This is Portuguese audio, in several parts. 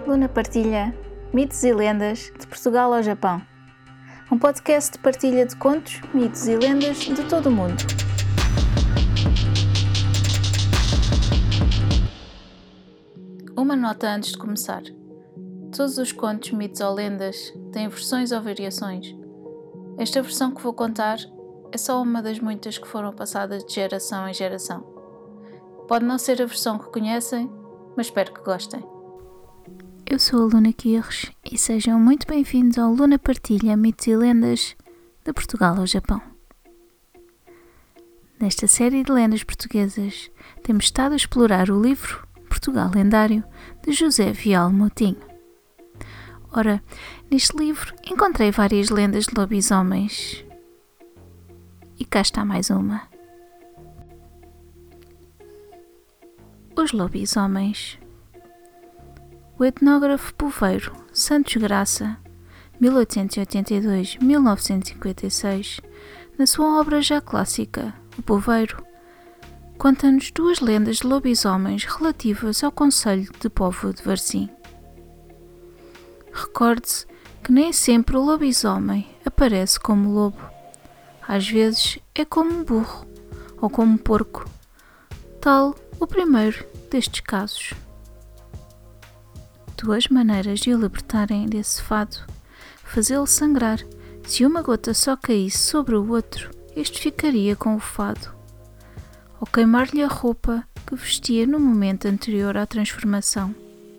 Luna partilha mitos e lendas de Portugal ao Japão. Um podcast de partilha de contos, mitos e lendas de todo o mundo. Uma nota antes de começar. Todos os contos, mitos ou lendas têm versões ou variações. Esta versão que vou contar é só uma das muitas que foram passadas de geração em geração. Pode não ser a versão que conhecem, mas espero que gostem. Eu sou a Luna Quirres e sejam muito bem-vindos ao Luna Partilha Mitos e Lendas de Portugal ao Japão. Nesta série de lendas portuguesas, temos estado a explorar o livro Portugal Lendário de José Vial Moutinho. Ora, neste livro encontrei várias lendas de lobisomens. E cá está mais uma. Os lobisomens. O etnógrafo poveiro Santos Graça, 1882-1956, na sua obra já clássica, O Poveiro, conta-nos duas lendas de lobisomens relativas ao concelho de Póvoa de Varzim. Recorde-se que nem sempre o lobisomem aparece como lobo. Às vezes é como um burro ou como um porco. Tal o primeiro destes casos. Duas maneiras de o libertarem desse fado: fazê-lo sangrar. Se uma gota só caísse sobre o outro, este ficaria com o fado. Ou queimar-lhe a roupa que vestia no momento anterior à transformação.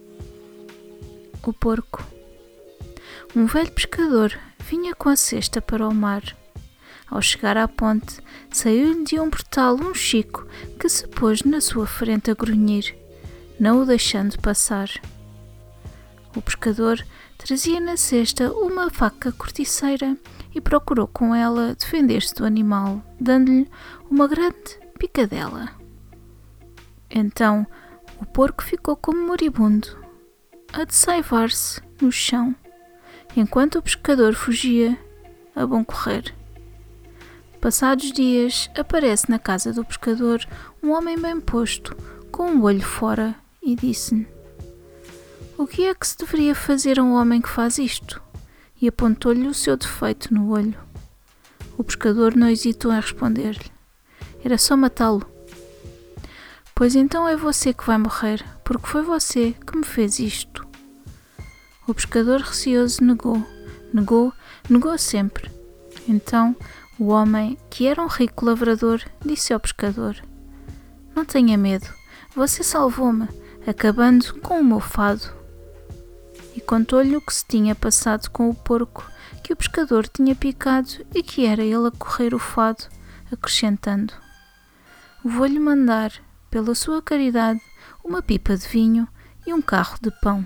O porco. Um velho pescador vinha com a cesta para o mar. Ao chegar à ponte, saiu-lhe de um portal um chico que se pôs na sua frente a grunhir, não o deixando passar. O pescador trazia na cesta uma faca corticeira e procurou com ela defender-se do animal, dando-lhe uma grande picadela. Então o porco ficou como moribundo, a dessaivar-se no chão, enquanto o pescador fugia a bom correr. Passados dias, aparece na casa do pescador um homem bem posto, com um olho fora, e disse-lhe: "O que é que se deveria fazer a um homem que faz isto?" E apontou-lhe o seu defeito no olho. O pescador não hesitou em responder-lhe: "Era só matá-lo." "Pois então é você que vai morrer, porque foi você que me fez isto." O pescador receoso negou sempre. Então o homem, que era um rico lavrador, disse ao pescador: "Não tenha medo, você salvou-me, acabando com o meu fado." E contou-lhe o que se tinha passado com o porco que o pescador tinha picado e que era ele a correr o fado, acrescentando: "Vou-lhe mandar, pela sua caridade, uma pipa de vinho e um carro de pão."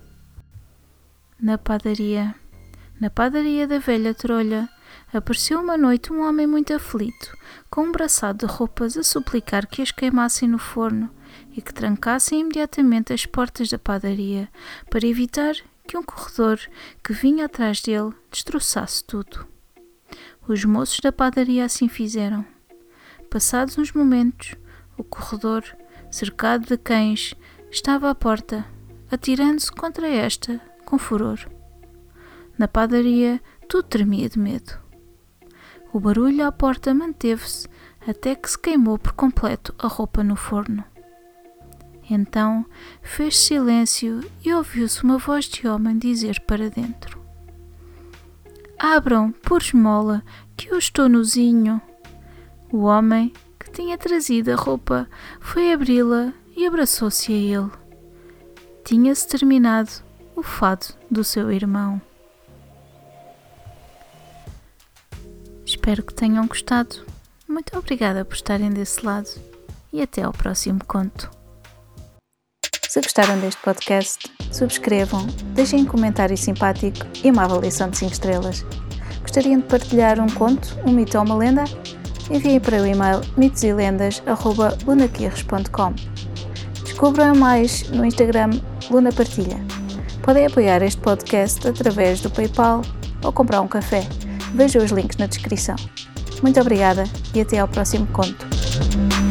Na padaria da velha trolha, apareceu uma noite um homem muito aflito, com um braçado de roupas a suplicar que as queimassem no forno e que trancassem imediatamente as portas da padaria, para evitar que um corredor que vinha atrás dele destroçasse tudo. Os moços da padaria assim fizeram. Passados uns momentos, o corredor, cercado de cães, estava à porta, atirando-se contra esta com furor. Na padaria, tudo tremia de medo. O barulho à porta manteve-se até que se queimou por completo a roupa no forno. Então fez silêncio e ouviu-se uma voz de homem dizer para dentro: "Abram, por esmola, que eu estou nozinho." O homem, que tinha trazido a roupa, foi abri-la e abraçou-se a ele. Tinha-se terminado o fado do seu irmão. Espero que tenham gostado. Muito obrigada por estarem desse lado e até ao próximo conto. Se gostaram deste podcast, subscrevam, deixem um comentário simpático e uma avaliação de 5 estrelas. Gostariam de partilhar um conto, um mito ou uma lenda? Enviem para o e-mail mitoselendas@lunaquirres.com. Descubram mais no Instagram Luna Partilha. Podem apoiar este podcast através do PayPal ou comprar um café. Vejam os links na descrição. Muito obrigada e até ao próximo conto.